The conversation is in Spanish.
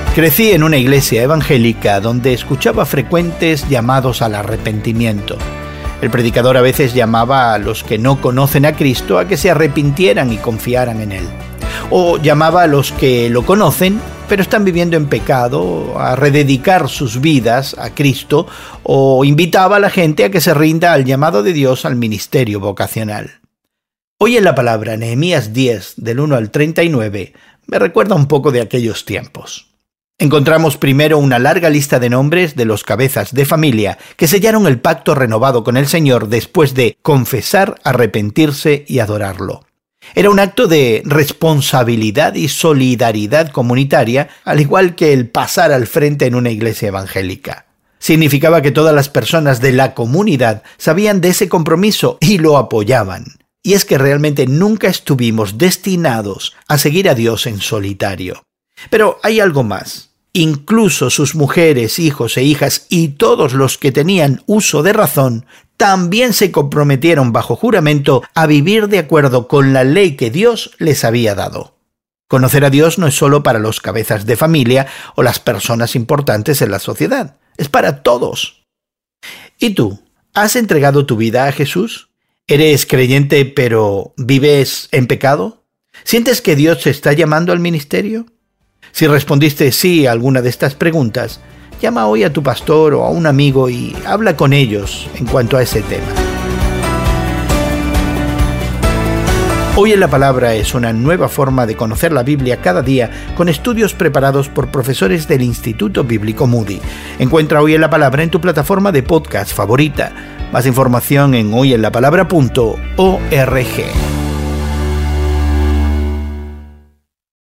Crecí en una iglesia evangélica donde escuchaba frecuentes llamados al arrepentimiento. El predicador a veces llamaba a los que no conocen a Cristo a que se arrepintieran y confiaran en Él. O llamaba a los que lo conocen, pero están viviendo en pecado, a rededicar sus vidas a Cristo, o invitaba a la gente a que se rinda al llamado de Dios al ministerio vocacional. Hoy en la palabra, Nehemías 10, del 1 al 39, me recuerda un poco de aquellos tiempos. Encontramos primero una larga lista de nombres de los cabezas de familia que sellaron el pacto renovado con el Señor después de confesar, arrepentirse y adorarlo. Era un acto de responsabilidad y solidaridad comunitaria, al igual que el pasar al frente en una iglesia evangélica. Significaba que todas las personas de la comunidad sabían de ese compromiso y lo apoyaban. Y es que realmente nunca estuvimos destinados a seguir a Dios en solitario. Pero hay algo más. Incluso sus mujeres, hijos e hijas y todos los que tenían uso de razón también se comprometieron bajo juramento a vivir de acuerdo con la ley que Dios les había dado. Conocer a Dios no es solo para los cabezas de familia o las personas importantes en la sociedad, es para todos. ¿Y tú? ¿Has entregado tu vida a Jesús? ¿Eres creyente pero vives en pecado? ¿Sientes que Dios te está llamando al ministerio? Si respondiste sí a alguna de estas preguntas, llama hoy a tu pastor o a un amigo y habla con ellos en cuanto a ese tema. Hoy en la Palabra es una nueva forma de conocer la Biblia cada día con estudios preparados por profesores del Instituto Bíblico Moody. Encuentra Hoy en la Palabra en tu plataforma de podcast favorita. Más información en hoyenlapalabra.org.